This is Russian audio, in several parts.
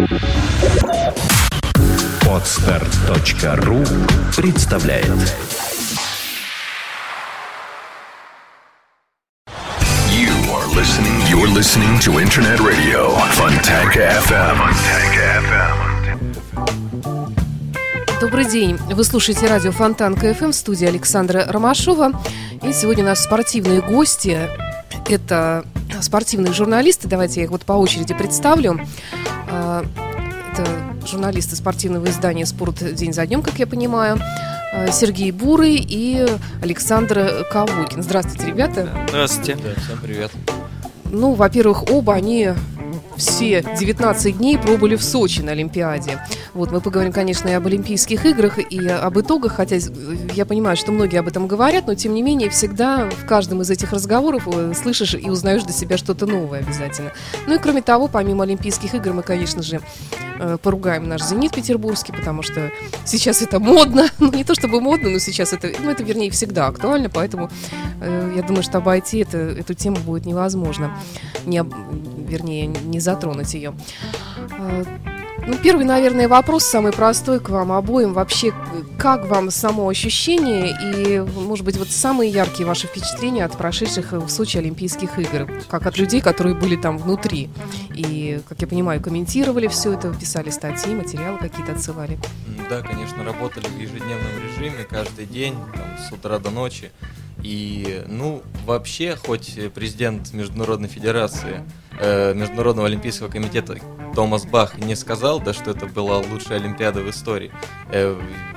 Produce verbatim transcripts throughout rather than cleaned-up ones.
Подстер точка ру представляет. You are listening. You're listening to Internet Radio Fontanka эф эм. Добрый день. Вы слушаете радио Фонтанка эф эм, в студии Александра Ромашова. И сегодня у нас спортивные гости. Это спортивные журналисты. Давайте я их вот по очереди представлю. Это журналисты спортивного издания «Спорт день за днем», как я понимаю. Сергей Бурый и Александр Кавокин. Здравствуйте, ребята. Здравствуйте. Да, всем привет. Ну, во-первых, оба они все девятнадцать дней пробыли в Сочи на Олимпиаде. Вот, мы поговорим, конечно, и об Олимпийских играх, и об итогах, хотя я понимаю, что многие об этом говорят, но, тем не менее, всегда в каждом из этих разговоров слышишь и узнаешь для себя что-то новое обязательно. Ну и, кроме того, помимо Олимпийских игр, мы, конечно же, поругаем наш «Зенит» петербургский, потому что сейчас это модно. Ну, не то чтобы модно, но сейчас это, ну, это, вернее, всегда актуально, поэтому э, я думаю, что обойти это, эту тему будет невозможно. Не, вернее, не затронуть ее. Э, ну, первый, наверное, вопрос, самый простой к вам обоим. Вообще, как вам само ощущение и, может быть, вот самые яркие ваши впечатления от прошедших в Сочи Олимпийских игр? Как от людей, которые были там внутри и, как я понимаю, комментировали все это, писали статьи, материалы какие-то отсылали. Да, конечно, работали в ежедневном режиме каждый день, там, с утра до ночи. И, ну, вообще, хоть президент Международной Федерации, э, Международного Олимпийского комитета Томас Бах не сказал, да, что это была лучшая Олимпиада в истории, э,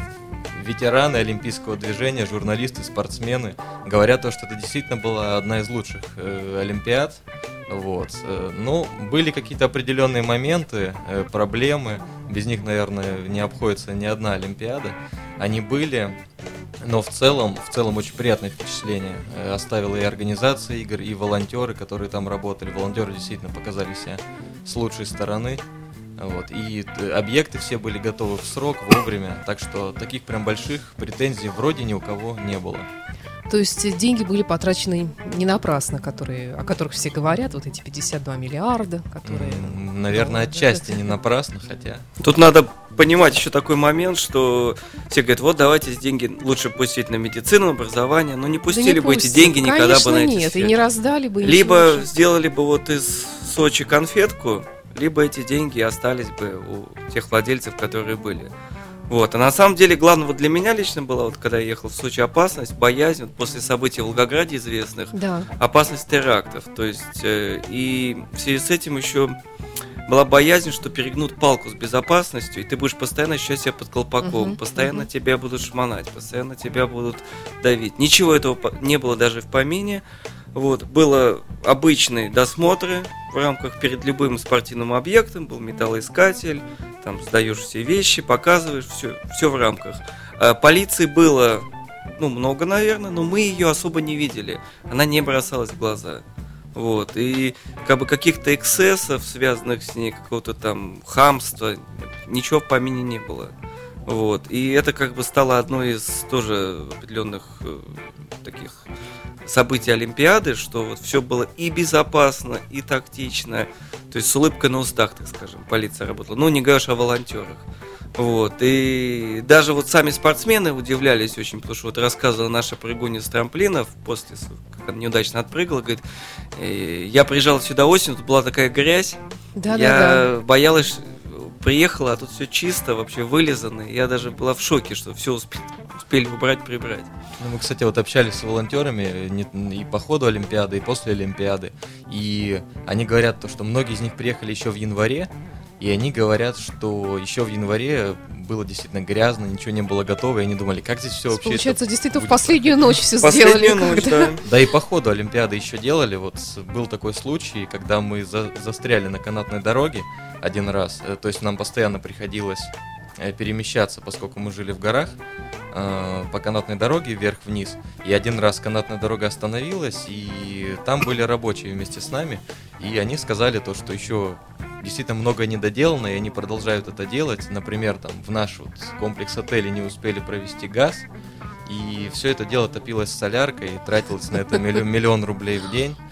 ветераны олимпийского движения, журналисты, спортсмены говорят, то, что это действительно была одна из лучших э, Олимпиад. Вот. Ну, были какие-то определенные моменты, э, проблемы, без них, наверное, не обходится ни одна Олимпиада. Они были, но в целом, в целом очень приятное впечатление э, оставила и организация игр, и волонтеры, которые там работали. Волонтеры действительно показали себя с лучшей стороны. Вот. И объекты все были готовы в срок, вовремя, так что таких прям больших претензий вроде ни у кого не было. То есть деньги были потрачены не напрасно, которые, о которых все говорят, вот эти пятьдесят два миллиарда, которые... Наверное, отчасти не напрасно, хотя... Тут надо понимать еще такой момент, что все говорят, вот давайте эти деньги лучше пустить на медицину, образование, но не пустили да не бы пустят. Эти деньги никогда Конечно, бы на эти нет, сферы. И не раздали бы. Либо сделали бы вот из Сочи конфетку, либо эти деньги остались бы у тех владельцев, которые были. Вот. А на самом деле главное вот для меня лично было, вот когда я ехал в Сочи, опасность, боязнь, вот после событий в Волгограде известных, да. опасность терактов. То есть, э, и в связи с этим еще была боязнь, что перегнут палку с безопасностью, и ты будешь постоянно ощущать себя под колпаком, uh-huh, постоянно uh-huh. тебя будут шмонать, постоянно тебя будут давить. Ничего этого не было даже в помине. Вот. Было обычные досмотры в рамках перед любым спортивным объектом, был металлоискатель, там сдаешь все вещи, показываешь, все, все в рамках. А полиции было, ну, много, наверное, но мы ее особо не видели. Она не бросалась в глаза. Вот. И как бы каких-то эксцессов, связанных с ней, какого-то там хамства, ничего в помине не было. Вот. И это как бы стало одной из тоже определенных э, таких событий Олимпиады, что вот все было и безопасно, и тактично, то есть с улыбкой на устах, так скажем, полиция работала. Ну, не говоришь о волонтерах. Вот. И даже вот сами спортсмены удивлялись очень, потому что вот рассказывала наша прыгунья с трамплинов, после, как она неудачно отпрыгала, говорит, я приезжала сюда осенью, тут была такая грязь, да, я да, да. боялась, приехала, а тут все чисто, вообще вылизано, я даже была в шоке, что все успели, успели убрать, прибрать. Ну, мы, кстати, вот общались с волонтерами и по ходу Олимпиады, и после Олимпиады, и они говорят, то, что многие из них приехали еще в январе, и они говорят, что еще в январе было действительно грязно, ничего не было готово, и они думали, как здесь все вообще... Получается, действительно в последнюю ночь все сделали. Ночь, да. да, и по ходу Олимпиады еще делали. Вот был такой случай, когда мы за- застряли на канатной дороге один раз, то есть нам постоянно приходилось перемещаться, поскольку мы жили в горах, по канатной дороге вверх-вниз. И один раз канатная дорога остановилась, и там были рабочие вместе с нами, и они сказали то, что еще действительно много недоделано, и они продолжают это делать. Например, там в наш вот комплекс отелей не успели провести газ, и все это дело топилось соляркой, и тратилось на это миллион, миллион рублей в день.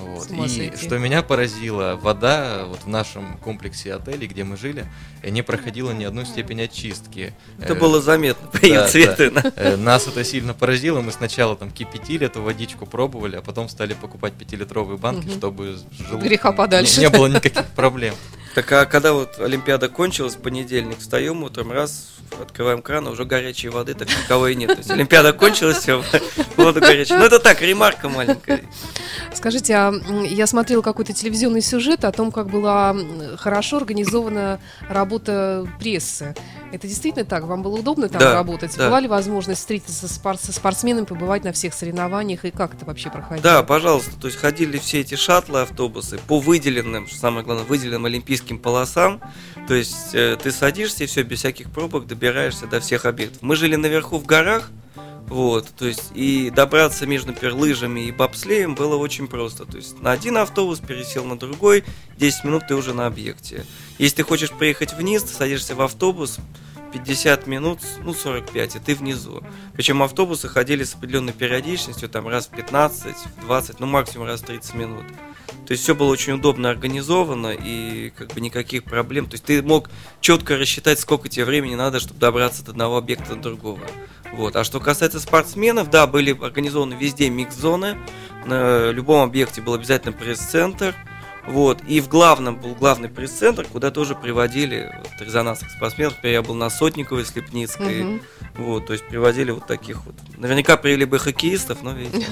Вот. С ума И сойти. что меня поразило, вода вот в нашем комплексе отелей, где мы жили, не проходила ни одной степени очистки. Это Э, было заметно по ее да, цвету. да. Э, Нас это сильно поразило. Мы сначала там кипятили эту водичку, пробовали, а потом стали покупать пятилитровые банки, Мгм. чтобы с желудком Греха подальше. Не, не было никаких проблем. Так а когда вот Олимпиада кончилась, в понедельник встаем утром, раз, открываем кран, а уже горячей воды, так никого и нет. То есть Олимпиада кончилась, все, вода горячая. Ну это так, ремарка маленькая. Скажите, а м, я смотрела какой-то телевизионный сюжет о том, как была м, хорошо организована работа прессы. Это действительно так? Вам было удобно там Да, работать? да. Была ли возможность встретиться с спор- со спортсменами, побывать на всех соревнованиях? И как это вообще проходило? Да, пожалуйста, то есть ходили все эти шаттлы, автобусы по выделенным, что самое главное, выделенным олимпийским полосам. То есть э, ты садишься и все, без всяких пробок добираешься до всех объектов. Мы жили наверху в горах, вот, то есть и добраться между, например, лыжами и бобслеем было очень просто. То есть на один автобус пересел на другой, десять минут ты уже на объекте. Если ты хочешь приехать вниз, ты садишься в автобус, пятьдесят минут, ну сорок пять, и ты внизу. Причем автобусы ходили с определенной периодичностью, там раз в пятнадцать, в двадцать, ну максимум раз в тридцать минут. То есть все было очень удобно организовано и как бы никаких проблем. То есть ты мог четко рассчитать, сколько тебе времени надо, чтобы добраться от одного объекта до другого. Вот. А что касается спортсменов, да, были организованы везде микс-зоны. На любом объекте был обязательно пресс-центр. Вот. И в главном был главный пресс-центр, куда тоже приводили вот, резонансных спортсменов. Например, я был на Сотниковой, Слепницкой. Мгм. Вот, то есть приводили вот таких вот. Наверняка привели бы хоккеистов, но видите,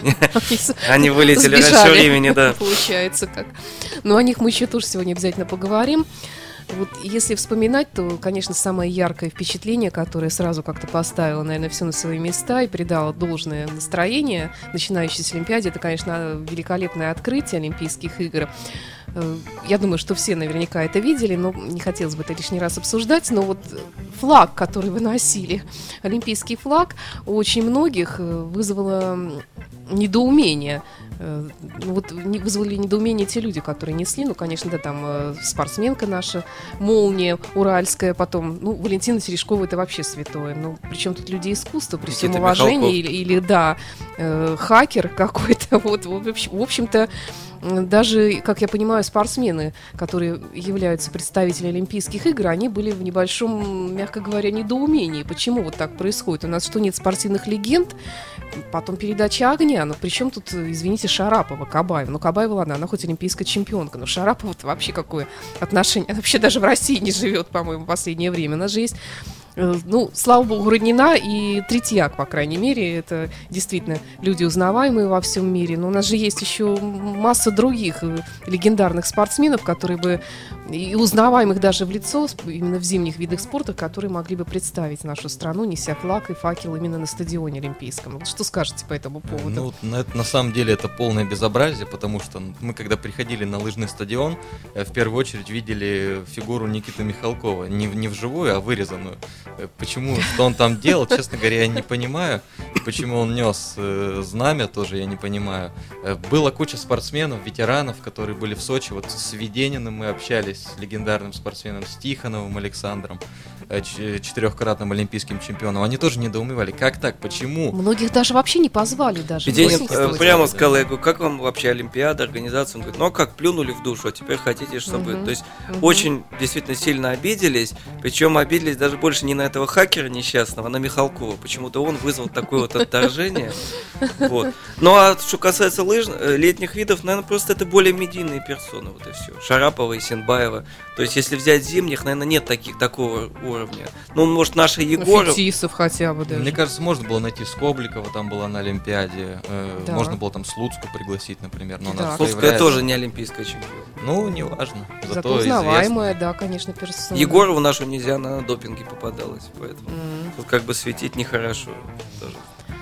они вылетели раньше Сбежали, времени, да. Получается как. Но о них мы еще тоже сегодня обязательно поговорим. Вот если вспоминать, то, конечно, самое яркое впечатление, которое сразу как-то поставило, наверное, все на свои места и придало должное настроение начинающейся Олимпиаде, это, конечно, великолепное открытие Олимпийских игр. Э, Я думаю, что все наверняка это видели, но не хотелось бы это лишний раз обсуждать. Но вот флаг, который вы носили, олимпийский флаг, у очень многих э, вызвало м, недоумение. Э, ну Вот не- вызвали недоумение те люди, которые несли. Ну, конечно, да, там э, спортсменка наша, молния уральская, потом, ну, Валентина Терешкова, это вообще святое. Ну, причем тут люди искусства, при всем Никита уважении, Михалков. или, или, да, э, хакер какой-то. Вот, в общем- в общем-то, м, даже, как я понимаю, спортсмены, которые являются представителями Олимпийских игр, они были в небольшом, мягко говоря, недоумении. Почему вот так происходит? У нас что, нет спортивных легенд? Потом передача огня. Ну, причем тут, извините, Шарапова, Кабаева. Ну, Кабаева, ладно, она хоть олимпийская чемпионка, но Шарапова-то вообще какое отношение? Она вообще даже в России не живет, по-моему, в последнее время. У нас же есть, э, ну, слава богу, Роднина и Третьяк, по крайней мере. Это действительно люди узнаваемые во всем мире. Но у нас же есть еще масса других э, легендарных спортсменов, которые бы, и узнаваемых даже в лицо, сп- именно в зимних видах спорта, которые могли бы представить нашу страну, неся флаг и факел именно на стадионе Олимпийском. Вот что скажете по этому поводу? Ну, на, это- на самом деле это полное безобразие, потому что мы, когда приходили на лыжный стадион, э, в первую очередь видели фигуру Никиты Михалкова. Не, в- не вживую, а вырезанную. Э, Почему, что он там делал, честно говоря, я не понимаю. И почему он нес э, знамя, тоже я не понимаю. Э, Была куча спортсменов, ветеранов, которые были в Сочи. Вот с Ведениным мы общались, с легендарным спортсменом, с Тихоновым Александром, э, ч- четырехкратным олимпийским чемпионом. Они тоже недоумевали, как так, почему? Многих даже вообще не позвали даже. Веденин Восемьдесят э, восемь. прямо сказал, я говорю, как вам вообще Олимпиада, организация? Он говорит, ну а как, плюнули в душу, а теперь хотите, чтобы... Мгм. То есть Мгм. очень действительно сильно обиделись, причем обиделись даже больше не на этого хакера несчастного, а на Михалкова. Почему-то он вызвал такое вот отторжение. Вот. Ну а что касается лыж, э, летних видов, наверное, просто это более медийные персоны, вот и все. Шарапова и Синбаева. То есть если взять зимних, наверное, нет таких такого уровня. Ну, может, наша Егоров... Фетисов хотя бы даже. Мне кажется, можно было найти Скобликова, там была на Олимпиаде. э, Да. Можно было там Слуцку пригласить, например. Но Да. она Слуцкая появляется. тоже не олимпийская чемпионка. Ну, неважно. Зато, Зато узнаваемая, да, конечно, персона. Егорову нашу нельзя, она на допинге попадалась, поэтому М. тут как бы светить нехорошо. Тоже.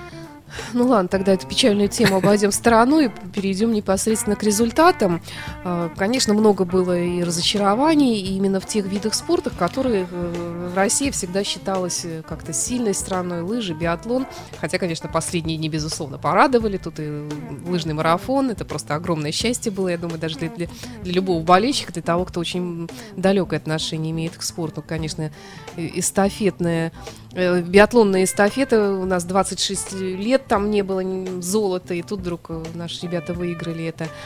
Ну ладно, тогда эту печальную тему обойдем стороной и перейдем непосредственно к результатам. А, Конечно, много было и разочарований и именно в тех видах спорта, которые э, Россия всегда считалась э, как-то сильной страной, лыжи, биатлон. Хотя, конечно, последние дни, безусловно, порадовали. Тут и лыжный марафон, это просто огромное счастье было, я думаю, даже для, для, для любого болельщика, для того, кто очень далекое отношение имеет к спорту. Конечно, э- эстафетная Э, биатлонная эстафета, у нас двадцать шесть лет там не было ни золота, и тут вдруг э, наши ребята выиграли это.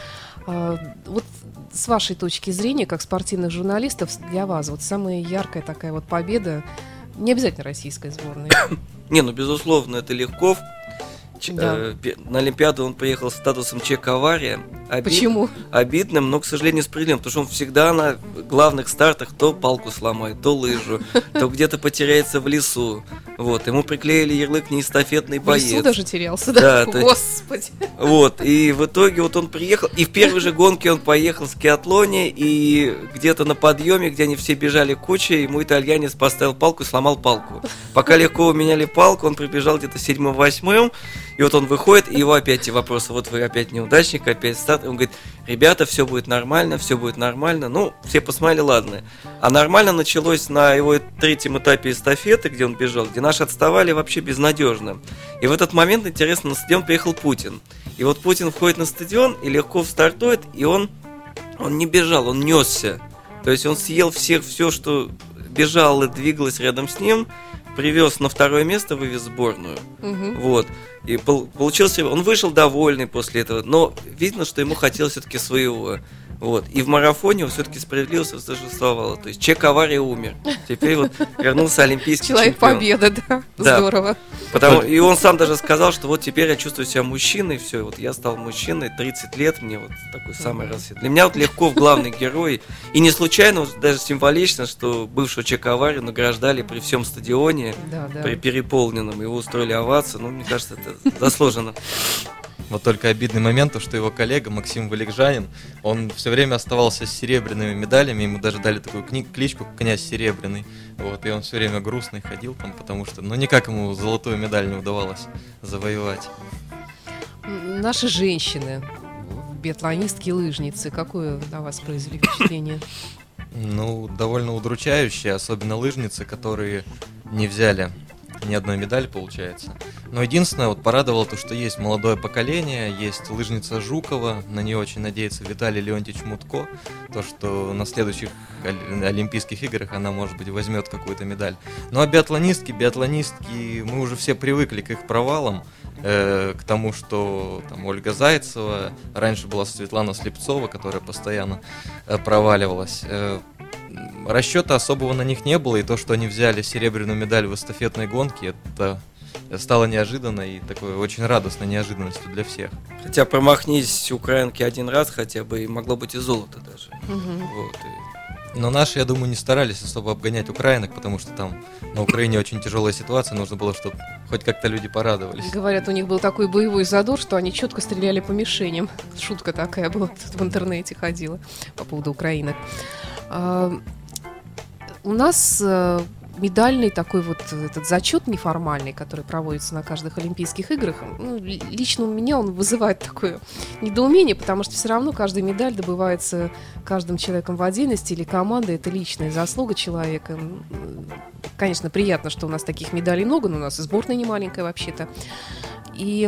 А, вот с вашей точки зрения, как спортивных журналистов, для вас вот самая яркая такая вот победа, не обязательно российской сборной? Не, ну, безусловно, это Легков. Да. Э, на Олимпиаду он приехал с статусом человек-авария. Обид... Почему? Обидным, но, к сожалению, справедливым, потому что он всегда на главных стартах то палку сломает, то лыжу, то где-то потеряется в лесу. Вот, ему приклеили ярлык неэстафетный боец. В лесу даже терялся, да? Да, Господи. Вот, и в итоге вот он приехал, и в первой же гонке он поехал в скиатлоне, и где-то на подъеме, где они все бежали кучей, ему итальянец поставил палку и сломал палку. Пока легко меняли палку, он прибежал где-то седьмым-восьмым, и вот он выходит, и его опять эти вопросы, вот вы опять неудачник, опять старт, и он говорит: ребята, все будет нормально, все будет нормально. Ну, все посмотрели, ладно. А нормально началось на его третьем этапе эстафеты, где он бежал, где наши отставали вообще безнадежно. И в этот момент, интересно, на стадион приехал Путин. И вот Путин входит на стадион, и Легков стартует, и он, он не бежал, он несся. То есть он съел всех, все, что бежало, двигалось рядом с ним, привез на второе место, вывез сборную. Угу. Вот. И пол- получился, он вышел довольный после этого, но видно, что ему хотелось все-таки своего. Вот. И в марафоне все-таки справедливость восторжествовала. То есть человек-авария умер. Теперь вот вернулся олимпийский чемпион. Человек-победа, да. Да. Здорово. Потому, и он сам даже сказал, что вот теперь я чувствую себя мужчиной, все, вот я стал мужчиной, тридцать лет мне вот такой самый рассвет. Для меня вот Легков главный герой. И не случайно, вот даже символично, что бывшего человека-аварию награждали при всем стадионе, да, да. при переполненном, его устроили овацию. Ну, мне кажется, это заслуженно. Вот только обидный момент, то, что его коллега Максим Валикжанин, он все время оставался с серебряными медалями, ему даже дали такую кни- кличку «Князь Серебряный». Вот, и он все время грустный ходил там, потому что, ну, никак ему золотую медаль не удавалось завоевать. Наши женщины, биатлонистки, лыжницы, какое на вас произвели впечатление? Ну, довольно удручающие, особенно лыжницы, которые не взяли ни одной медали, получается. Но единственное, вот порадовало то, что есть молодое поколение, есть лыжница Жукова, на нее очень надеется Виталий Леонтьевич Мутко, то, что на следующих Олимпийских играх она, может быть, возьмет какую-то медаль. Ну а биатлонистки, биатлонистки, мы уже все привыкли к их провалам, э, к тому, что там Ольга Зайцева, раньше была Светлана Слепцова, которая постоянно э, проваливалась. Э, Расчета особого на них не было, и то, что они взяли серебряную медаль в эстафетной гонке, это стало неожиданно и такой очень радостной неожиданностью для всех. Хотя промахнись украинки один раз, хотя бы и могло быть и золото даже. Угу. Вот, и... Но наши, я думаю, не старались особо обгонять украинок, потому что там на Украине очень тяжелая ситуация, нужно было, чтобы хоть как-то люди порадовались. Говорят, у них был такой боевой задор, что они четко стреляли по мишеням. Шутка такая была, тут в интернете ходила по поводу украинок. А, у нас а, медальный такой вот этот зачет неформальный, который проводится на каждых Олимпийских играх, ну, лично у меня он вызывает такое недоумение, потому что все равно каждая медаль добывается каждым человеком в отдельности или командой, это личная заслуга человека. Конечно, приятно, что у нас таких медалей много, но у нас и сборная не маленькая вообще-то. И...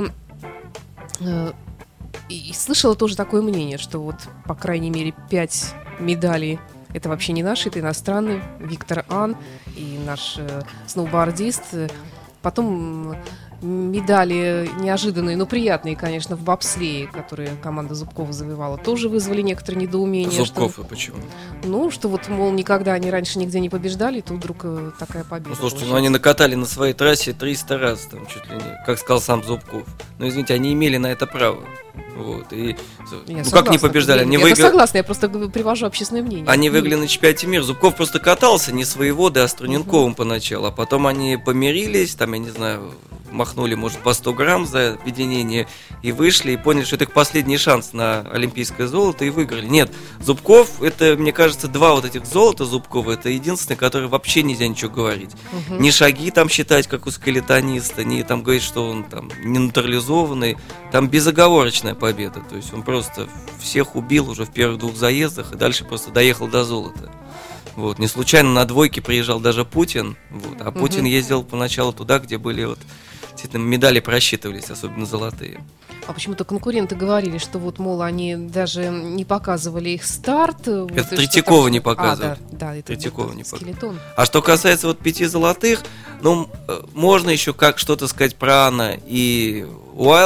И слышала тоже такое мнение, что вот, по крайней мере, пять медалей это вообще не наши, это иностранные. Виктор Ан и наш э, сноубордист. Потом медали неожиданные, но приятные, конечно, в бобслее, которые команда Зубкова завоевала, тоже вызвали некоторое недоумение. Зубков, что, и почему? Ну, что вот, мол, никогда они раньше нигде не побеждали, и тут вдруг э, такая победа. Ну, слушайте, получилась. ну они накатали на своей трассе триста раз, там, чуть ли не, как сказал сам Зубков. Но, извините, они имели на это право. Вот, и, я ну согласна, как не побеждали? Они я выиграли... согласна, я просто привожу общественное мнение. Они выиграли на чемпионате мира. Зубков просто катался не с воеводой, а с Труненковым uh-huh. поначалу. А потом они помирились, там, я не знаю, махнули, может, по сто грамм за объединение и вышли, и поняли, что это их последний шанс на олимпийское золото, и выиграли. Нет, Зубков, это, мне кажется, два вот этих золота Зубкова, это единственное, которое вообще нельзя ничего говорить. Uh-huh. Ни шаги там считать, как у скелетониста, ни там говорить, что он там не нейтрализованный. Там безоговорочная победа. То есть он просто всех убил уже в первых двух заездах и дальше просто доехал до золота. Вот. Не случайно на двойке приезжал даже Путин. Вот. А Путин uh-huh. ездил поначалу туда, где были вот действительно медали просчитывались, особенно золотые. А почему-то конкуренты говорили, что вот, мол, они даже не показывали их старт. Это вот, Третьякова там... не показывали. А, да, да, это Третьякова не скелетон. А что касается вот пяти золотых, ну, можно еще как что-то сказать про Анна и Уайлда.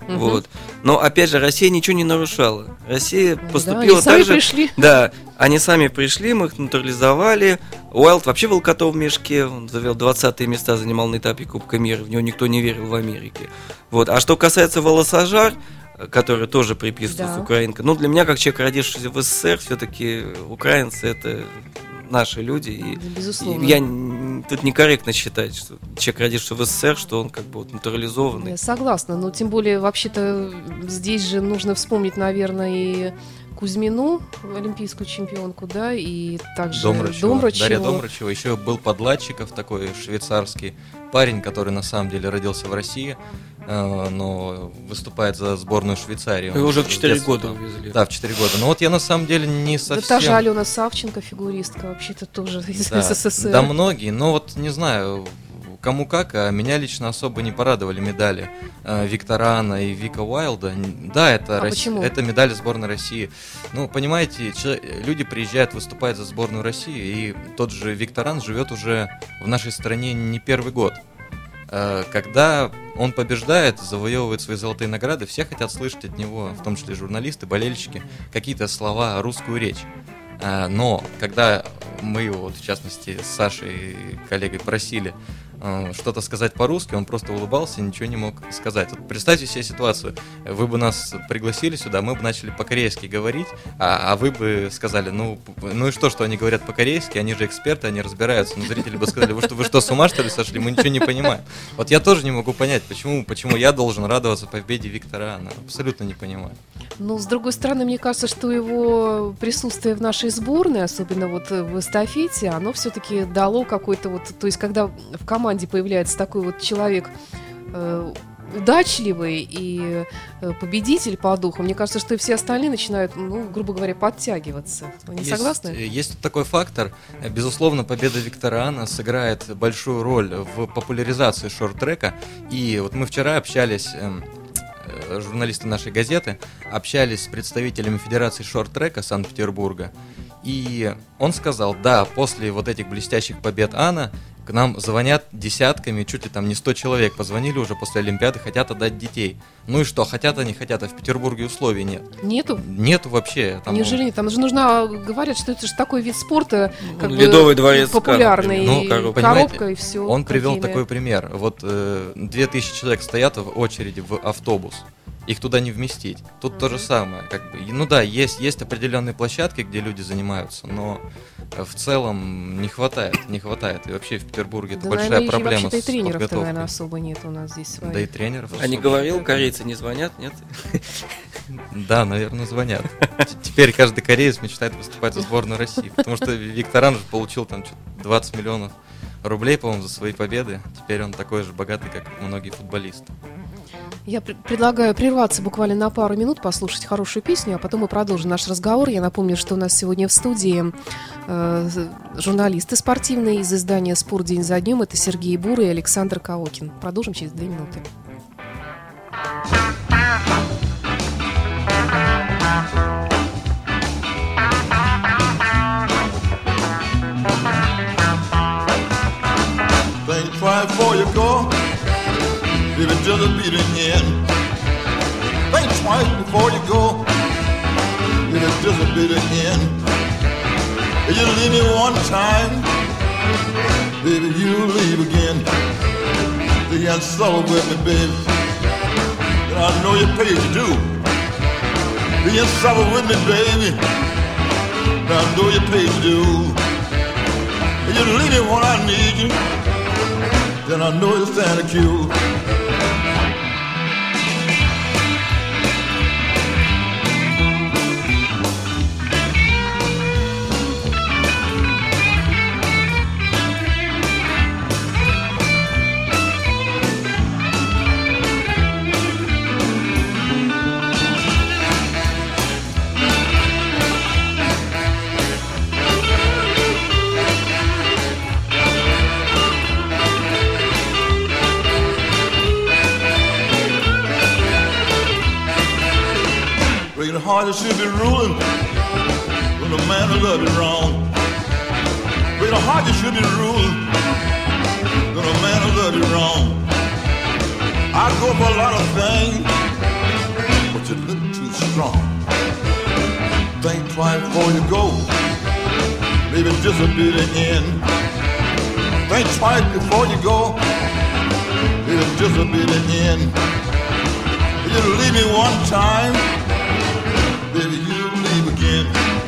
Мгм. Вот. Но опять же, Россия ничего не нарушала. Россия Да, поступила они сами так же. пришли. Да, они сами пришли, мы их натурализовали. Уайлд вообще был котом в мешке. Он завел двадцатые места, занимал на этапе Кубка мира. В него никто не верил в Америке. Вот. А что касается Волосожар, который тоже приписывается Да. украинка. Ну, для меня, как человек, родившийся в СССР, все-таки украинцы это наши люди. И, Безусловно. и я н- тут некорректно считать, что человек, родившийся в СССР, что он как бы вот натурализованный. Я согласна, но тем более, вообще-то, здесь же нужно вспомнить, наверное, и Кузьмину, олимпийскую чемпионку, да, и также Домрачева, Домрачеву. Дарья Домрачева. Еще был Подладчиков, такой швейцарский парень, который на самом деле родился в России, э, но выступает за сборную Швейцарии. Он Его уже в с четыре детства года там. увезли. Да, в четыре года. Но вот я на самом деле не Да совсем... та же Алена Савченко, фигуристка, вообще-то тоже из Да, СССР. да, многие, но вот не знаю, кому как, а меня лично особо не порадовали медали э, Виктора Ана и Вика Уайлда. Н- Да, это, А Рос- почему? это медали сборной России. Ну, понимаете, че- люди приезжают выступать за сборную России, и тот же Виктор Ан живет уже в нашей стране не первый год. Э, Когда он побеждает, завоевывает свои золотые награды, все хотят слышать от него, в том числе журналисты, болельщики, какие-то слова, русскую речь. А, Но когда мы его, вот, в частности, с Сашей, коллегой, просили э, что-то сказать по-русски, он просто улыбался и ничего не мог сказать. Вот представьте себе ситуацию. Вы бы нас пригласили сюда, мы бы начали по-корейски говорить, а, а вы бы сказали, ну, п- ну и что, что они говорят по-корейски, они же эксперты, они разбираются. Но зрители бы сказали, вы что, вы что, с ума что ли сошли, мы ничего не понимаем. Вот я тоже не могу понять, почему, почему я должен радоваться победе Виктора Ана. Абсолютно не понимаю. Ну, с другой стороны, мне кажется, что его присутствие в нашей сборной, особенно вот в эстафете, оно все-таки дало какой-то вот... То есть, когда в команде появляется такой вот человек э, удачливый и э, победитель по духу, мне кажется, что и все остальные начинают, ну, грубо говоря, подтягиваться. Вы не Есть, согласны? э, Есть такой фактор. Э, Безусловно, победа Виктора Ана сыграет большую роль в популяризации шорт-трека. И вот мы вчера общались, эм, э, журналисты нашей газеты, общались с представителями Федерации шорт-трека Санкт-Петербурга. И он сказал, да, после вот этих блестящих побед Ана к нам звонят десятками, чуть ли там не сто человек позвонили уже после Олимпиады, хотят отдать детей. Ну и что, хотят они, хотят, а в Петербурге условий нет. Нету? Нету вообще. Там, Неужели нет? Там же нужна, говорят, что это же такой вид спорта, как бы Ледовый дворец Ка, популярный, например. и Ну, коробка, понимаете, и все. Он привел такой пример. Вот э, две тысячи человек стоят в очереди в автобус. Их туда не вместить. Тут то же самое. Как бы. И, ну да, есть, есть определенные площадки, где люди занимаются, но э, в целом не хватает. Не хватает. И вообще в Петербурге это Да, большая наверное, и проблема вообще-то и с тренеров-то, подготовкой. наверное, особо нет у нас здесь своих. Да и тренеров. А не особо. говорил, корейцы не звонят, нет? Да, наверное, звонят. Т- Теперь каждый кореец мечтает выступать за сборную России. Потому что Виктор Ан же получил там что-то двадцать миллионов рублей, по-моему, за свои победы. Теперь он такой же богатый, как многие футболисты. Я пр- предлагаю прерваться буквально на пару минут, послушать хорошую песню, а потом мы продолжим наш разговор. Я напомню, что у нас сегодня в студии э, журналисты спортивные из издания «Спорт. День за днем». Это Сергей Бур и Александр Каокин. Продолжим через две минуты. Think twice before you go, if it just be the end. Think twice before you go, if it just be the end. If you leave me one time, baby, you leave again. You can't suffer with me, baby, and I know you paid your due. You can't suffer with me, baby, and I know you paid your due. If you leave me when I need you, then I know you stand a queue. Breaking heart that should be ruling when the man who loved you wrong. Breaking heart that should be ruling when the man who loved you wrong. I go for a lot of things, strong. Think twice before you go. Maybe this will be the end. Think twice before you go. Maybe this will be the end. You leave me one time, baby, you leave again.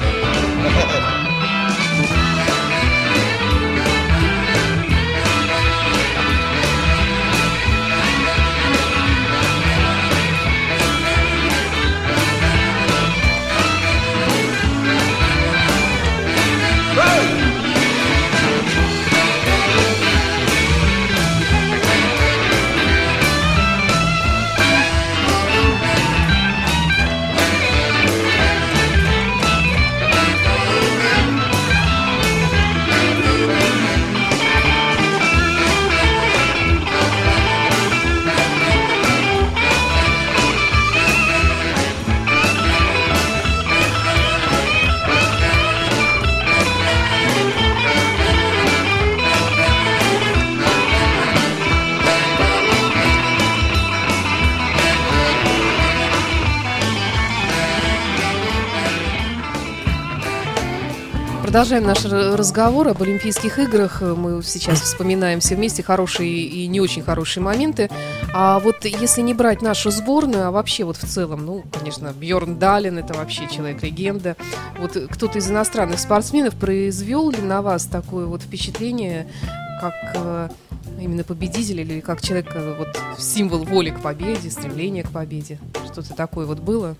Продолжаем наш разговор об Олимпийских играх. Мы сейчас вспоминаем все вместе хорошие и не очень хорошие моменты. А вот если не брать нашу сборную, а вообще вот в целом, ну, конечно, Бьорн Дален — это вообще человек-легенда. Вот кто-то из иностранных спортсменов произвел ли на вас такое вот впечатление, как э, именно победитель или как человек, э, вот символ воли к победе, стремления к победе? Что-то такое вот было?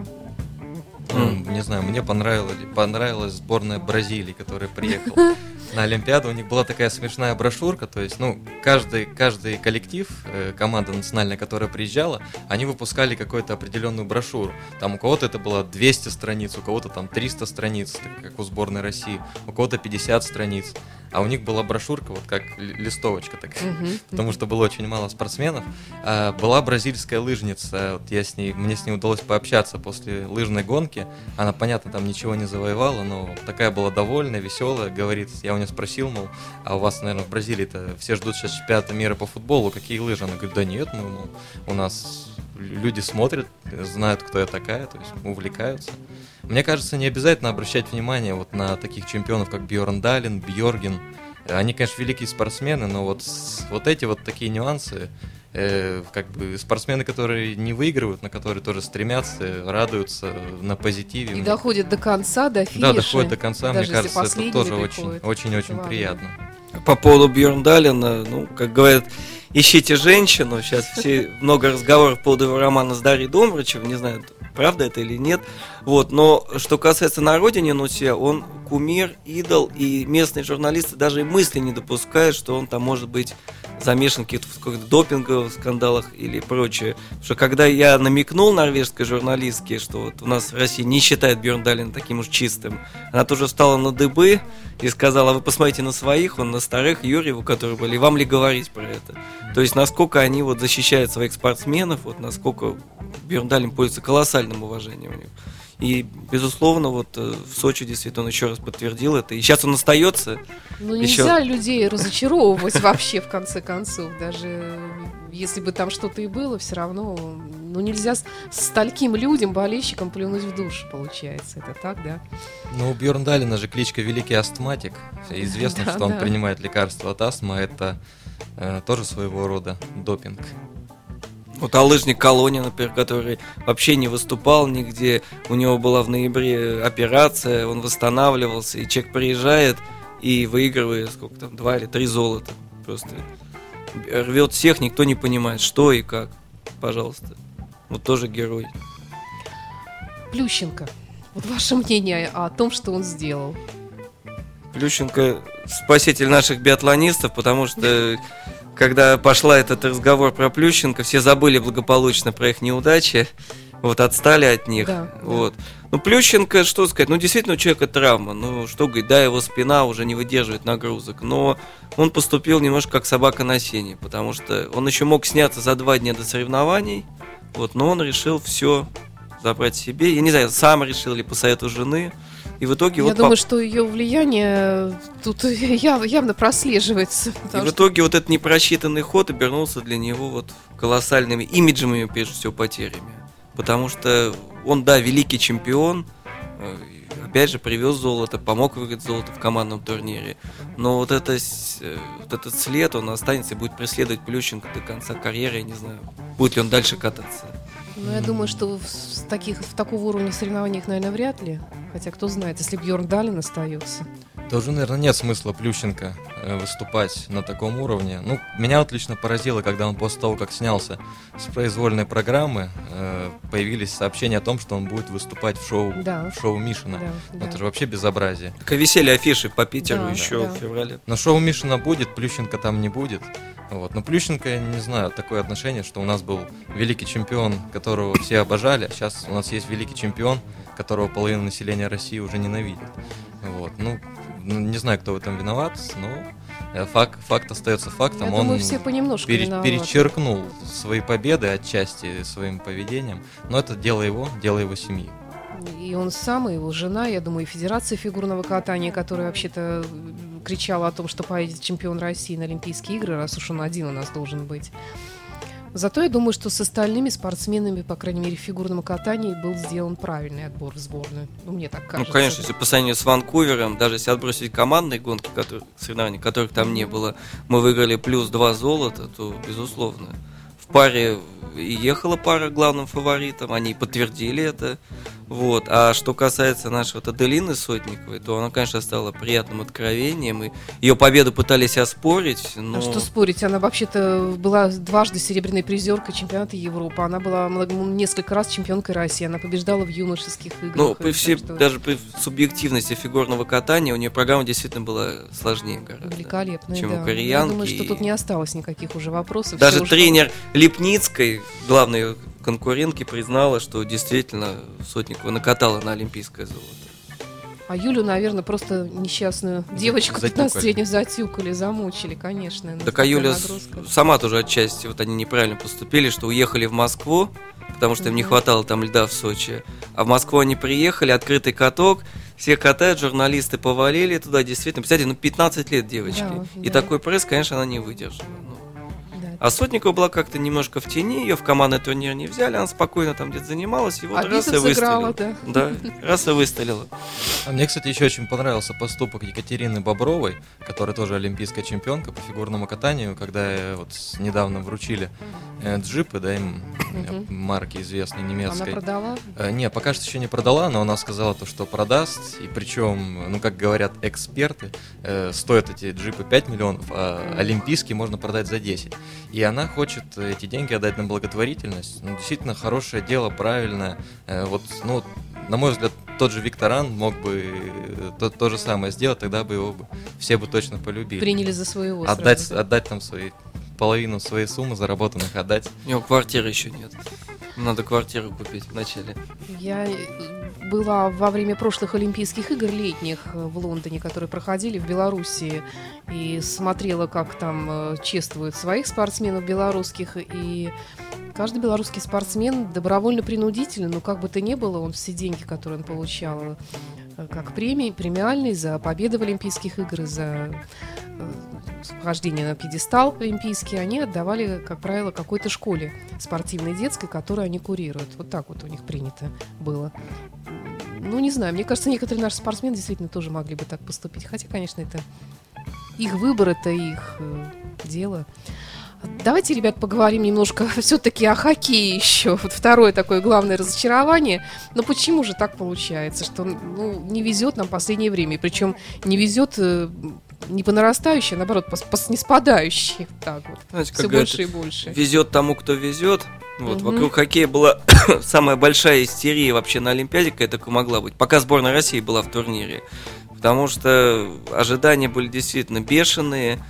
Ну, не знаю, мне понравилось, понравилась сборная Бразилии, которая приехала на Олимпиаду. У них была такая смешная брошюрка, то есть, ну, каждый, каждый коллектив, э, команда национальная, которая приезжала, они выпускали какую-то определенную брошюру. Там у кого-то это было двести страниц, у кого-то там триста страниц, как у сборной России, у кого-то пятьдесят страниц. А у них была брошюрка, вот как листовочка такая, uh-huh. потому что было очень мало спортсменов. А, была бразильская лыжница, вот я с ней, мне с ней удалось пообщаться после лыжной гонки. Она, понятно, там ничего не завоевала, но такая была довольная, веселая. Говорит, я у нее спросил, мол, а у вас, наверное, в Бразилии-то все ждут сейчас чемпионата мира по футболу, какие лыжи? Она говорит, да нет, ну, мол, у нас люди смотрят, знают, кто я такая, то есть увлекаются. Мне кажется, не обязательно обращать внимание вот на таких чемпионов, как Бьорн Дален, Бьорген. Они, конечно, великие спортсмены, но вот, вот эти вот такие нюансы, э, как бы спортсмены, которые не выигрывают, на которые тоже стремятся, радуются на позитиве. И мне... доходят до конца, до финиша. Да, доходят до конца, мне кажется, это тоже приходит. очень-очень приятно. По поводу Бьорн Далена, ну, как говорят, ищите женщину. Сейчас все много разговоров по поводу его романа с Дарьей Домрачевой, не знаю, правда это или нет. Вот, но что касается на родине Нусе, он кумир, идол, и местные журналисты даже и мысли не допускают, что он там может быть замешан в каких-то допинговых скандалах или прочее. Потому что когда я намекнул норвежской журналистке, что вот у нас в России не считает Бьорн Дален таким уж чистым, она тоже встала на дыбы и сказала, вы посмотрите на своих, он на старых, Юрьеву, которые были, вам ли говорить про это? То есть насколько они вот защищают своих спортсменов, вот насколько Бьорн Дален пользуется колоссальным уважением у них. И, безусловно, вот в Сочи действительно он еще раз подтвердил это. И сейчас он остается. Ну, еще... нельзя людей разочаровывать вообще, в конце концов. Даже если бы там что-то и было, все равно, ну, нельзя с стольким людям, болельщикам плюнуть в душу, получается. Это так, да? Ну, у Бьорн Далена же кличка Великий астматик. Известно, да, что он да. принимает лекарства от астмы. Это э, тоже своего рода допинг. Вот а лыжник Колония, например, который вообще не выступал нигде, у него была в ноябре операция, он восстанавливался, и человек приезжает и выигрывает, сколько там, два или три золота. Просто рвет всех, никто не понимает, что и как. Пожалуйста. Вот тоже герой. Плющенко. Вот ваше мнение о том, что он сделал? Плющенко спаситель наших биатлонистов, потому что когда пошла этот разговор про Плющенко, все забыли благополучно про их неудачи, вот, отстали от них. Да, вот. Ну, Плющенко, что сказать, ну, действительно, у человека травма, ну, что говорить, да, его спина уже не выдерживает нагрузок, но он поступил немножко как собака на сене, потому что он еще мог сняться за два дня до соревнований, вот, но он решил все забрать себе, я не знаю, сам решил или по совету жены. И в итоге Я вот думаю, по... что ее влияние тут яв- явно прослеживается. И в итоге вот этот непросчитанный ход обернулся для него вот колоссальными имиджевыми, прежде всего, потерями. Потому что он, да, великий чемпион, э, опять же, привез золото, помог выиграть золото в командном турнире. Но вот, это, вот этот след, он останется и будет преследовать Плющенко до конца карьеры. Я не знаю, будет ли он дальше кататься. Ну, я думаю, что в, таких, в такого уровня соревнованиях, наверное, вряд ли. Хотя, кто знает, если Бьорн Далин остается. Да уже, наверное, нет смысла Плющенко выступать на таком уровне. Ну, меня вот лично поразило, когда он после того, как снялся с произвольной программы, появились сообщения о том, что он будет выступать в шоу, да. в шоу Мишина. Да, ну, да. Это же вообще безобразие. Так и висели афиши по Питеру да, еще да. в феврале. Но шоу Мишина будет, Плющенко там не будет. Вот. Но Плющенко, я не знаю, такое отношение, что у нас был великий чемпион, которого все обожали, а сейчас у нас есть великий чемпион, которого половина населения России уже ненавидит. Вот. Ну, не знаю, кто в этом виноват, но факт, факт остается фактом. Я Он думаю, все понемножку пере, виноваты. перечеркнул свои победы отчасти своим поведением, но это дело его, дело его семьи. И он сам, и его жена, я думаю, и Федерация фигурного катания, которая вообще-то кричала о том, что поедет чемпион России на Олимпийские игры, раз уж он один у нас должен быть. Зато я думаю, что с остальными спортсменами, по крайней мере, в фигурном катании был сделан правильный отбор в сборную. Ну, мне так кажется. Ну, конечно, если по сравнению с Ванкувером, даже если отбросить командные гонки, которые, соревнования, которых там не было, мы выиграли плюс два золота, то, безусловно, в паре и ехала пара главным фаворитом, они подтвердили это. Вот. А что касается нашей вот Аделины Сотниковой, то она, конечно, стала приятным откровением, и ее победу пытались оспорить. Но... А что спорить? Она вообще-то была дважды серебряной призеркой чемпионата Европы. Она была несколько раз чемпионкой России. Она побеждала в юношеских играх. Ну, при все, что... даже при субъективности фигурного катания у нее программа действительно была сложнее гораздо, великолепная, чем да. у кореянки. Я думаю, что тут не осталось никаких уже вопросов. Даже Все тренер ушло. Липницкой, главной конкурентки, признала, что действительно Сотникова накатала на олимпийское золото. А Юлю, наверное, просто несчастную девочку Затюкали. пятнадцатилетнюю затюкали, замучили, конечно. Так а Юля нагрузка. сама тоже отчасти, вот они неправильно поступили, что уехали в Москву, потому что им не хватало там льда в Сочи. А в Москву они приехали, открытый каток, все катают, журналисты повалили туда, действительно. Представляете, ну пятнадцать лет девочки. Да, И да. такой пресс, конечно, она не выдержала. Ну. Да. А Сотникова была как-то немножко в тени, ее в командный турнир не взяли, она спокойно там где-то занималась, и вот А раз и бицепс выстрелила. играла, да. Да, раз и выстрелила. А мне, кстати, еще очень понравился поступок Екатерины Бобровой, которая тоже олимпийская чемпионка по фигурному катанию, когда э, вот недавно вручили э, джипы, да, им э, Мгм. марки известной Она немецкой. продала? Э, Не, пока что еще не продала, но она сказала то, что продаст. И причем, ну как говорят эксперты, э, стоят эти джипы пять миллионов, а олимпийские можно продать за десять. И она хочет эти деньги отдать на благотворительность. Ну, действительно хорошее дело, правильное. Э, вот, ну, на мой взгляд, тот же Викторан мог бы э, то, то же самое сделать, тогда бы его бы все бы точно полюбили. Приняли за своего Отдать, сразу, да. отдать там свои половину своей суммы заработанных отдать. У него квартиры еще нет. Надо квартиру купить вначале. Я была во время прошлых Олимпийских игр летних в Лондоне, которые проходили в Белоруссии, и смотрела, как там э, чествуют своих спортсменов белорусских, и каждый белорусский спортсмен добровольно-принудительно, ну как бы то ни было, он все деньги, которые он получал, э, как премии, премиальные за победы в Олимпийских играх, за э, вхождение на пьедестал олимпийский, они отдавали, как правило, какой-то школе спортивной детской, которую они курируют. Вот так вот у них принято было. Ну, не знаю, мне кажется, некоторые наши спортсмены действительно тоже могли бы так поступить. Хотя, конечно, это их выбор, это их э, дело. Давайте, ребят, поговорим немножко все-таки о хоккее еще. Вот второе такое главное разочарование. Но почему же так получается, что ну, не везет нам в последнее время? Причем не везет э, не по нарастающей, а наоборот, по, по снеспадающей. Так вот. Знаете, как Все говорят, больше и больше. везет тому, кто везет. Вот, Мгм. вокруг хоккея была самая большая истерия вообще на Олимпиаде, какая только могла быть. Пока сборная России была в турнире. Потому что ожидания были действительно бешеные.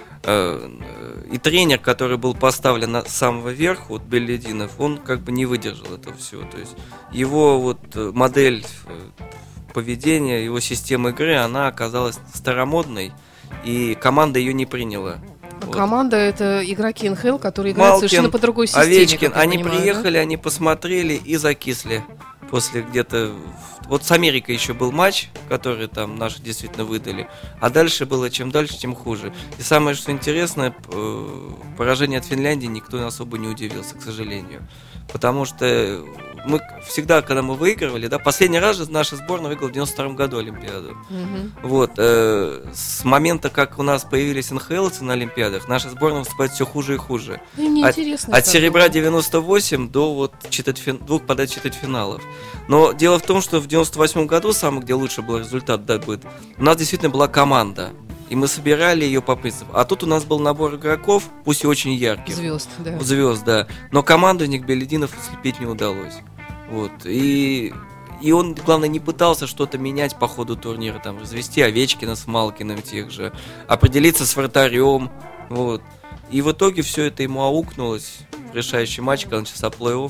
И тренер, который был поставлен на- с самого верха, вот Беллидинов, он как бы не выдержал этого всего. То есть его вот э, модель э, поведения, его система игры, она оказалась старомодной, и команда ее не приняла. А Вот. команда — это игроки эн ха эл, которые играют Малкин, совершенно по другой системе. Овечкин, как я они понимаю, приехали, они посмотрели и закисли. После где-то... Вот с Америкой еще был матч, который там наши действительно выдали. А дальше было чем дальше, тем хуже. И самое, что интересно, э, поражение от Финляндии никто особо не удивился, к сожалению. Потому что мы всегда, когда мы выигрывали, да, последний раз же наша сборная выиграла в девяносто втором году Олимпиаду. Угу. Вот, э, с момента, как у нас появились эн ха эловцы на Олимпиадах, наша сборная выступает все хуже и хуже. От, от серебра девяносто восемь до вот четвертьфин... двух подряд четвертьфиналов. Но дело в том, что в девяносто восьмом году, самый, где лучше был результат добыт, у нас действительно была команда. И мы собирали ее по принципу. А тут у нас был набор игроков, пусть и очень ярких. Звезд, да. Звезд, да. Но командовник Белединов слепить не удалось. Вот. И, и он, главное, не пытался что-то менять по ходу турнира. Там, развести Овечкина с Малкиным тех же. Определиться с вратарем. Вот. И в итоге все это ему аукнулось в решающий матч, когда начался плей-офф.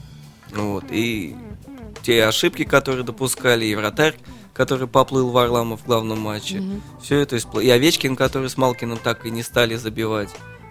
Вот. И те ошибки, которые допускали, и вратарь, который поплыл Варламов в главном матче. Mm-hmm. Все это испл... И Овечкин, который с Малкиным так и не стали забивать,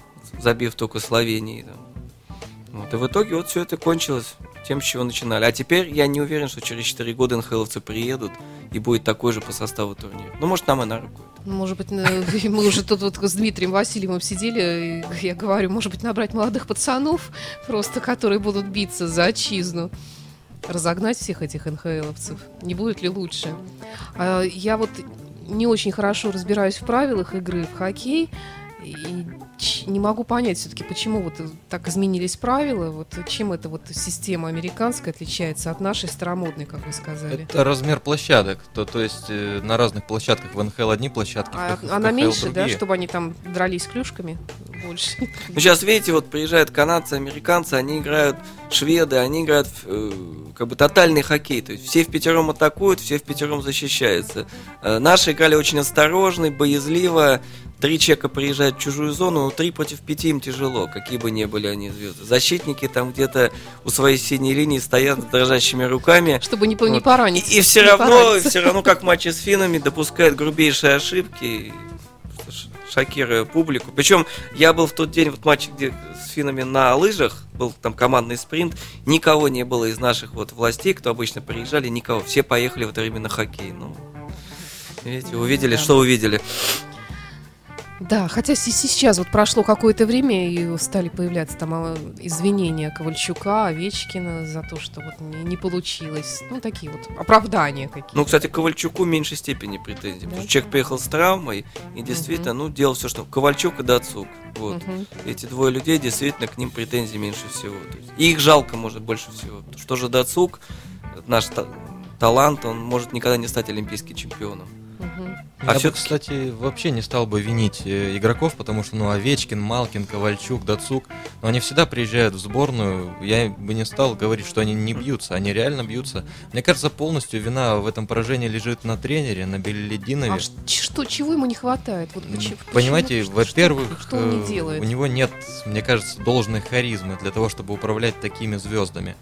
забив только Словении. Вот. И в итоге вот все это кончилось тем, с чего начинали. А теперь я не уверен, что через четыре года эн ха эловцы приедут и будет такой же по составу турнира. Ну, может, нам и на руку. Может быть, мы уже тут вот с Дмитрием Васильевым сидели, и я говорю, может быть, набрать молодых пацанов, просто которые будут биться за отчизну. Разогнать всех этих эн ха эловцев. Не будет ли лучше? А, я вот не очень хорошо разбираюсь в правилах игры в хоккей. И не могу понять все-таки, почему вот так изменились правила, вот чем эта вот система американская отличается от нашей старомодной, как вы сказали. Это размер площадок, то, то есть э, на разных площадках в эн ха эл одни площадки, а, в, в она ка ха эл меньше, другие. да, чтобы они там дрались клюшками больше. Ну, сейчас, видите, вот приезжают канадцы, американцы, они играют, шведы, они играют в, э, как бы тотальный хоккей, то есть все в пятером атакуют, все в пятером защищаются. Э, наши играли очень осторожно, боязливо. Три чека приезжают в чужую зону, но три против пяти им тяжело, какие бы ни были они звезды. Защитники там где-то у своей синей линии стоят с дрожащими руками. Чтобы не, вот. не поранить. И, и все равно, все равно, как в матче с финнами, допускают грубейшие ошибки, шокируя публику. Причем я был в тот день в матче, где с финнами на лыжах, был там командный спринт, никого не было из наших вот властей, кто обычно приезжали, никого. Все поехали в это время на хоккей. Ну, видите, увидели, да. Что увидели. Да, хотя сейчас вот прошло какое-то время и стали появляться там извинения Ковальчука, Овечкина за то, что вот не, не получилось. Ну, такие вот оправдания какие-то. Ну, кстати, Ковальчуку в меньшей степени претензий. Да? Потому что человек приехал с травмой и действительно, uh-huh. ну, делал все, что... Ковальчук и Дацук. Вот. Uh-huh. Эти двое людей, действительно, к ним претензий меньше всего. То есть, и их жалко, может, больше всего. Потому что же Дацук, наш та- талант, он может никогда не стать олимпийским чемпионом. Uh-huh. А Я бы, кстати, вообще не стал бы винить э, игроков, потому что, ну, Овечкин, Малкин, Ковальчук, Дацук, ну, они всегда приезжают в сборную. Я бы не стал говорить, что они не бьются, они реально бьются. Мне кажется, полностью вина в этом поражении лежит на тренере, на Белединове. А что, чего ему не хватает? Вот почему, Понимаете, почему, во-первых, что, что он не делает? У него нет, мне кажется, должной харизмы для того, чтобы управлять такими звездами.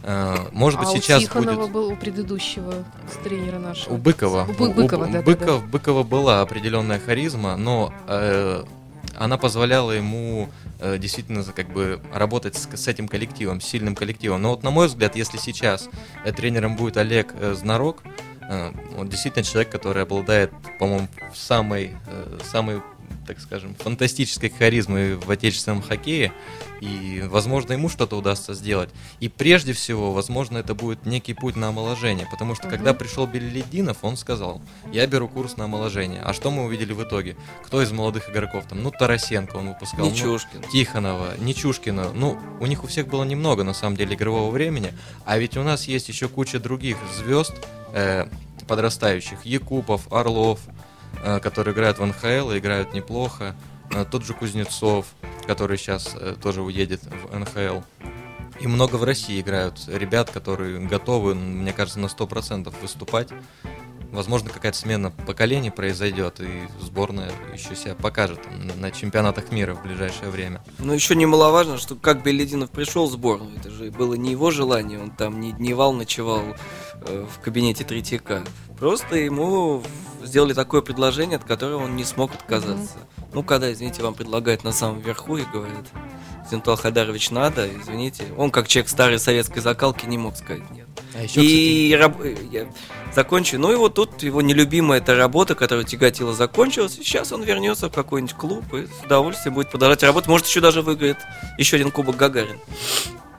Может быть, а сейчас у Тихонова будет... был у предыдущего с тренера нашего. У Быкова. У Быкова, у, да, у Быков, да, да. Быкова была определенная харизма, но э, она позволяла ему э, действительно как бы работать с, с этим коллективом, с сильным коллективом. Но вот на мой взгляд, если сейчас э, тренером будет Олег э, Знарок, э, он действительно человек, который обладает, по-моему, самой, э, самой, так скажем, фантастической харизмой в отечественном хоккее, и, возможно, ему что-то удастся сделать. И прежде всего, возможно, это будет некий путь на омоложение, потому что, uh-huh. когда пришел Белединов, он сказал, я беру курс на омоложение. А что мы увидели в итоге? Кто из молодых игроков там? Ну, Тарасенко он выпускал. Нечушкин. Ну, Тихонова, Нечушкина. Ну, у них у всех было немного, на самом деле, игрового времени, а ведь у нас есть еще куча других звезд э, подрастающих. Якупов, Орлов, которые играют в эн ха эл и играют неплохо. Тот же Кузнецов, который сейчас тоже уедет в эн ха эл. И много в России играют ребят, которые готовы, мне кажется, на сто процентов выступать. Возможно, какая-то смена поколений произойдет, и сборная еще себя покажет на чемпионатах мира в ближайшее время. Но еще немаловажно, что как Белединов пришел в сборную, это же было не его желание, он там не дневал, ночевал э, в кабинете Третьяка. Просто ему сделали такое предложение, от которого он не смог отказаться. Mm-hmm. Ну, когда, извините, вам предлагают на самом верху и говорят, Зентал Хайдарович, надо, извините, он как человек старой советской закалки не мог сказать нет. А еще, и кстати... раб... я закончу. Ну и вот тут его нелюбимая эта работа, которая тяготила, закончилась. И сейчас он вернется в какой-нибудь клуб и с удовольствием будет продолжать работать. Может, еще даже выиграет еще один кубок Гагарин.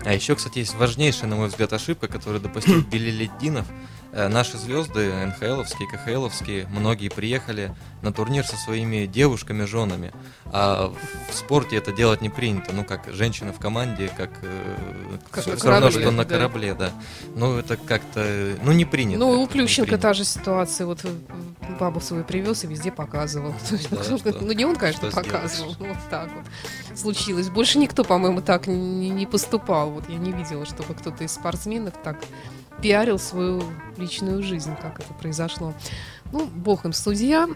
А еще, кстати, есть важнейшая, на мой взгляд, ошибка, которую допустил Билалетдинов. Э, Наши звезды, эн ха эловские, ка ха эловские, многие приехали на турнир со своими девушками, женами. А в спорте это делать не принято. Ну, как женщина в команде, как, э, Как все, на все равно, корабле, что на да. корабле, да. Ну, это как-то, ну, не принято. Ну, у это, Плющенко не принято. та же ситуация. Вот э, бабу свою привез и везде показывал. То есть, Да, ну, что- ну, не он, конечно, что показывал. но Вот так вот случилось. Больше никто, по-моему, так не, не поступал. Вот я не видела, чтобы кто-то из спортсменов так пиарил свою личную жизнь, как это произошло. Ну, бог им судья.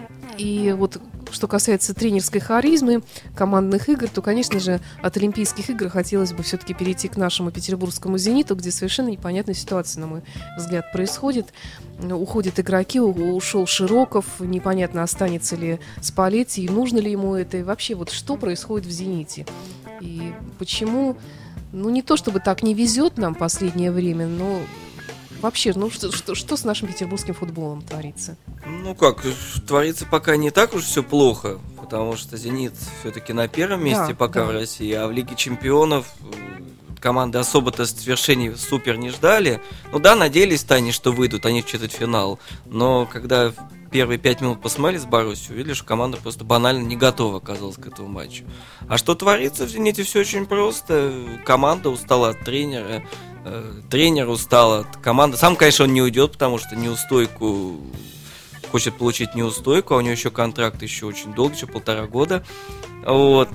И вот что касается тренерской харизмы, командных игр, то, конечно же, от Олимпийских игр хотелось бы все-таки перейти к нашему петербургскому «Зениту», где совершенно непонятная ситуация, на мой взгляд, происходит. Уходят игроки, у- ушел Широков, непонятно, останется ли Спалетти, и нужно ли ему это, и вообще вот что происходит в «Зените». И почему, ну не то чтобы так не везет нам последнее время, но вообще, ну что, что, что с нашим петербургским футболом творится? Ну как, творится пока не так уж все плохо, потому что «Зенит» все-таки на первом месте Да, пока да. в России, а в Лиге чемпионов э, команды особо-то свершений супер не ждали. Ну да, надеялись-то они, что выйдут, они в четвертьфинал, но когда в первые пять минут посмотрели с Боруссией, увидели, что команда просто банально не готова оказалась к этому матчу. А что творится в «Зените», все очень просто. Команда устала от тренера, э, тренер устал от команды. Сам, конечно, он не уйдет, потому что неустойку хочет получить неустойку, а у него еще контракт еще очень долгий, еще полтора года. Вот.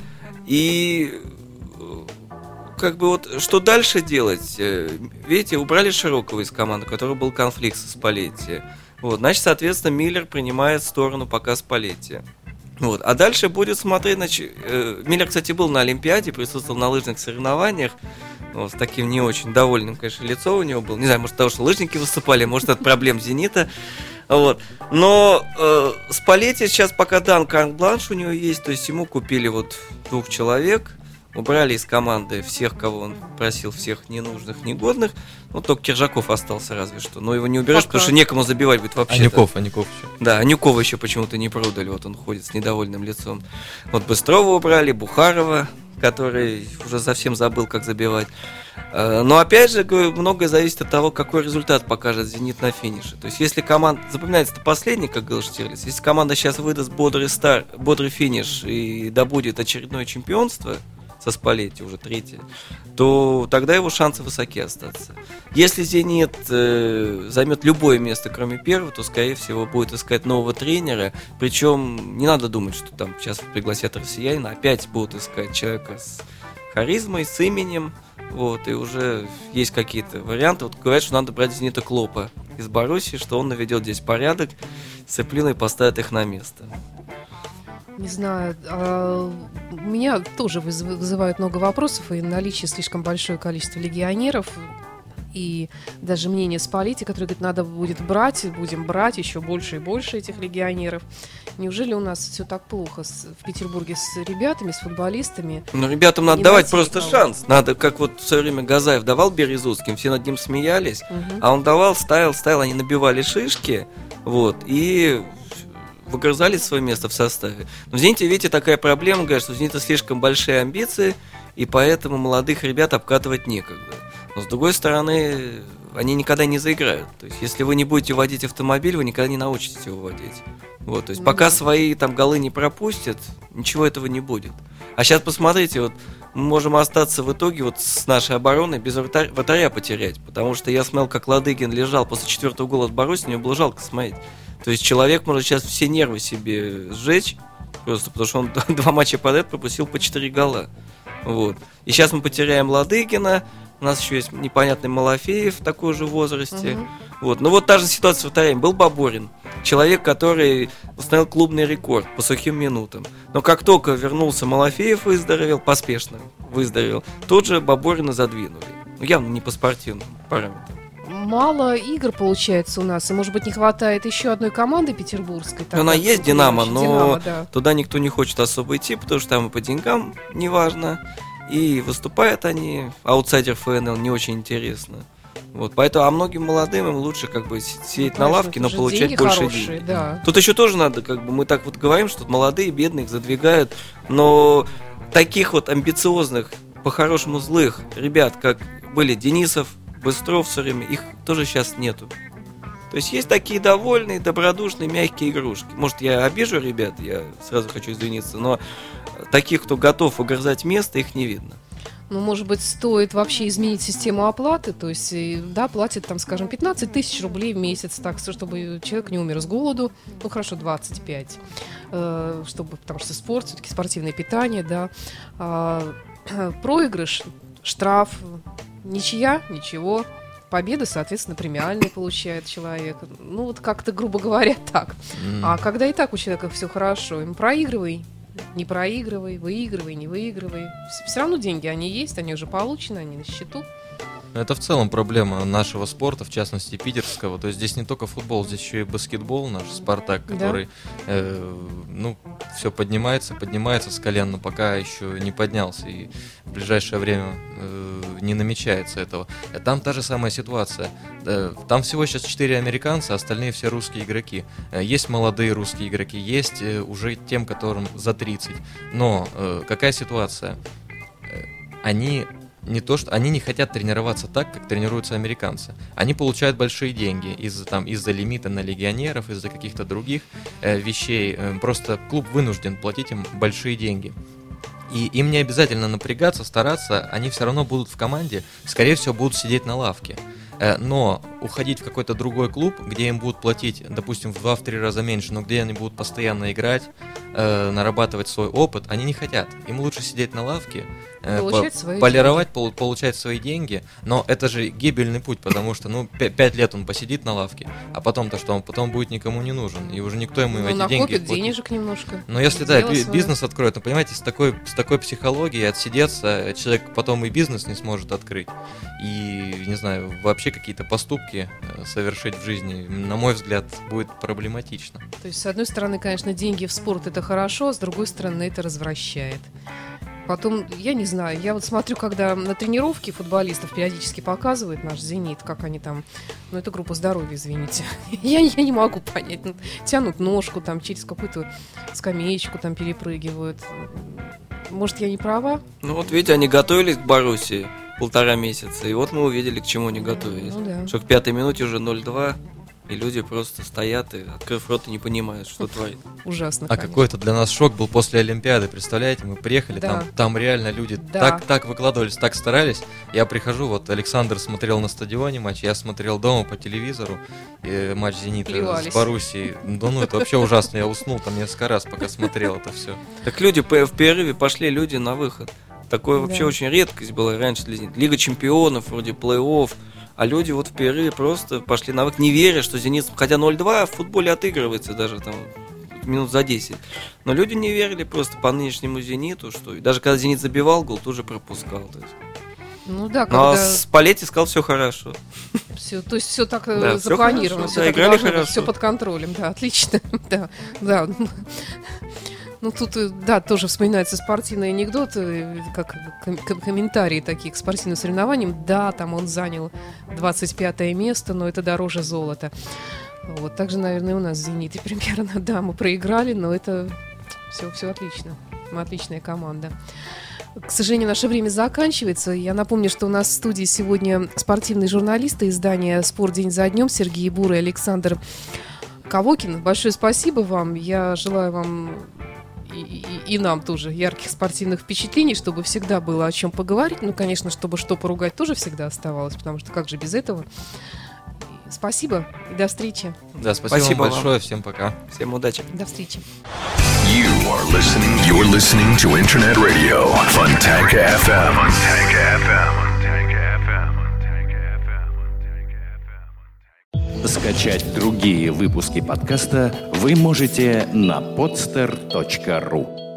И э, как бы вот что дальше делать? Э, Видите, убрали Широкова из команды, у которого был конфликт со Спалетти. Вот, значит, соответственно, Миллер принимает сторону пока Спалетти. Вот. А дальше будет смотреть, значит, э, Миллер, кстати, был на Олимпиаде, присутствовал на лыжных соревнованиях. Вот, с таким не очень довольным, конечно, лицо у него было. Не знаю, может, потому что лыжники выступали, может, от проблем «Зенита». Вот. Но э, Спалетти сейчас пока дан карт-бланш у него есть, то есть ему купили вот двух человек, убрали из команды всех, кого он просил, всех ненужных, негодных. Ну, только Киржаков остался разве что. Но его не уберешь, Пока. потому что некому забивать будет вообще. Анюков, Анюков еще. Да, Анюкова еще почему-то не продали, вот он ходит с недовольным лицом. Вот Быстрова убрали, Бухарова, который уже совсем забыл, как забивать. Э, Но опять же, говорю, многое зависит от того, какой результат покажет «Зенит» на финише. То есть, если команда, запоминается-то последний, как говорил Штирлиц, если команда сейчас выдаст бодрый старт, бодрый финиш и добудет очередное чемпионство со Спалетти, уже третье, то тогда его шансы высоки остаться. Если «Зенит» э, займет любое место, кроме первого, то, скорее всего, будет искать нового тренера. Причем не надо думать, что там сейчас пригласят россиянина, опять будут искать человека с харизмой, с именем. Вот, и уже есть какие-то варианты. Вот говорят, что надо брать «Зенита» Клопа из Боруссии, что он наведет здесь порядок, дисциплину и поставит их на место. Не знаю, а, у меня тоже выз- вызывают много вопросов, и наличие слишком большое количество легионеров, и даже мнение Спалетти, который говорит, надо будет брать, будем брать еще больше и больше этих легионеров. Неужели у нас все так плохо с- в Петербурге с ребятами, с футболистами? Но ребятам надо Не давать найти просто никого. шанс. Надо, как вот в свое время Газаев давал Березутским, все над ним смеялись, Мгм. а он давал, ставил, ставил, они набивали шишки, вот, и выгрызали свое место в составе. Но в «Зените», видите, такая проблема, говорят, что у «Зенита» слишком большие амбиции, и поэтому молодых ребят обкатывать некогда. Но с другой стороны, они никогда не заиграют. То есть, если вы не будете водить автомобиль, вы никогда не научитесь его водить. Вот, то есть, Ну пока да. свои там голы не пропустят, ничего этого не будет. А сейчас посмотрите, вот мы можем остаться в итоге вот с нашей обороной без вратаря, вратаря потерять, потому что я смотрел, как Ладыгин лежал после четвертого гола от Боруссии, мне было жалко смотреть. То есть человек может сейчас все нервы себе сжечь, просто потому что он два матча подряд пропустил по четыре гола. Вот. И сейчас мы потеряем Ладыгина, у нас еще есть непонятный Малафеев в такой же возрасте. Мгм. Вот. Ну вот та же ситуация с вратарем. Был Баборин, человек, который установил клубный рекорд по сухим минутам. Но как только вернулся Малафеев, выздоровел, поспешно выздоровел, тут же Баборина задвинули. Ну, явно не по спортивным параметрам. Мало игр получается у нас, и, может быть, не хватает еще одной команды петербургской. так Она как есть, конкурирующей. «Динамо», но «Динамо», да. туда никто не хочет особо идти, потому что там и по деньгам неважно, и выступают они, аутсайдер эф эн эл, не очень интересно. Вот, поэтому, а многим молодым им лучше как бы с- сидеть Ну, на конечно, лавке, но тоже получать деньги больше хорошие, денег. да. Тут еще тоже надо, как бы мы так вот говорим, что молодые, бедные их задвигают, но таких вот амбициозных по-хорошему злых ребят, как были Денисов, Быстров в свое время, их тоже сейчас нету. То есть есть такие довольные, добродушные, мягкие игрушки. Может, я обижу ребят, я сразу хочу извиниться, но таких, кто готов угрызать место, их не видно. Ну, может быть, стоит вообще изменить систему оплаты, то есть, да, платят там, скажем, пятнадцать тысяч рублей в месяц, так, чтобы человек не умер с голоду, ну, хорошо, двадцать пять, э, чтобы, потому что спорт, все-таки спортивное питание, да, а, проигрыш, штраф, ничья, ничего, победа, соответственно, премиальный получает человек, ну, вот как-то, грубо говоря, так. Mm. А когда и так у человека все хорошо, им проигрывай, не проигрывай, выигрывай, не выигрывай. Все равно деньги, они есть, они уже получены, они на счету. Это в целом проблема нашего спорта, в частности питерского. То есть здесь не только футбол, здесь еще и баскетбол, наш «Спартак», который, да. э, ну, все поднимается, поднимается с колен, но пока еще не поднялся. И в ближайшее время э, не намечается этого. Там та же самая ситуация. Там всего сейчас четыре американца, остальные все русские игроки. Есть молодые русские игроки, есть уже тем, которым за тридцать. Но э, какая ситуация? Они... Не то, что они не хотят тренироваться так, как тренируются американцы. Они получают большие деньги из-за, там, из-за лимита на легионеров, из-за каких-то других э, вещей. Э, просто клуб вынужден платить им большие деньги. И им не обязательно напрягаться, стараться, они все равно будут в команде, скорее всего, будут сидеть на лавке. Э, но уходить в какой-то другой клуб, где им будут платить, допустим, в два-три раза меньше, но где они будут постоянно играть, э, нарабатывать свой опыт, они не хотят. Им лучше сидеть на лавке, Получать по- свои полировать, пол- получать свои деньги, но это же гибельный путь, потому что, ну, пять лет он посидит на лавке, а потом-то что, он потом будет никому не нужен, и уже никто ему ну, эти накопит деньги платит. денежек немножко. Но если, да, Дело би- свое. бизнес откроет, ну, понимаете, с такой, с такой психологией отсидеться, человек потом и бизнес не сможет открыть, и, не знаю, вообще какие-то поступки совершить в жизни, на мой взгляд, будет проблематично. То есть, с одной стороны, конечно, деньги в спорт — это хорошо, а с другой стороны, это развращает. Потом, я не знаю, я вот смотрю, когда на тренировки футболистов периодически показывают наш «Зенит», как они там, ну, это группа здоровья, извините. я, я не могу понять. Ну, тянут ножку там через какую-то скамеечку там перепрыгивают. Может, я не права? Ну вот видите, они готовились к Боруссии полтора месяца, и вот мы увидели, к чему они готовились. Ну, да. Что к пятой минуте уже ноль-два, и люди просто стоят и, открыв рот, и не понимают, что творит. Ужасно, А конечно. какой-то для нас шок был после Олимпиады, представляете, мы приехали, Да. там, там реально люди Да. так, так выкладывались, так старались. Я прихожу, вот Александр смотрел на стадионе матч, я смотрел дома по телевизору э, матч «Зенита» Плевались. с Боруссией. Да ну, это вообще ужасно, я уснул там несколько раз, пока смотрел это все. Так люди по- в перерыве пошли люди на выход. Такое вообще Да. очень редкость была раньше для «Зенита». Лига чемпионов, вроде плей-офф. А люди вот в перерыве просто пошли на выход, не веря, что «Зенит», хотя ноль-два в футболе отыгрывается даже там минут за десять. Но люди не верили просто по нынешнему «Зениту», что и даже когда «Зенит» забивал гол, тоже пропускал. То есть. Ну да, Ну, а когда Спалетти сказал, все хорошо. все, то есть все так э, Да, всё запланировано, хорошо, все да, так играли должно быть, хорошо. все под контролем, да, отлично, да, да. Ну, тут, э, да, тоже вспоминается спортивный анекдот, э, как ком- ком- комментарии такие к спортивным соревнованиям. Да, там он занял двадцать пятое место, но это дороже золота. Вот, так же, наверное, у нас в «Зените» примерно. Да, мы проиграли, но это все, все отлично. Мы отличная команда. К сожалению, наше время заканчивается. Я напомню, что у нас в студии сегодня спортивные журналисты издания «Спорт день за днем» Сергей Бур и Александр Ковокин. Большое спасибо вам. Я желаю вам и, и- и нам тоже ярких спортивных впечатлений, чтобы всегда было о чем поговорить. Ну, конечно, чтобы что поругать тоже всегда оставалось, потому что как же без этого. И спасибо и до встречи. Да, спасибо, Спасибо вам вам. большое, всем пока. Всем удачи. До встречи. You are listening. You're listening to Internet Radio Fontanka эф эм. Fontanka эф эм. Скачать другие выпуски подкаста вы можете на podster точка ру.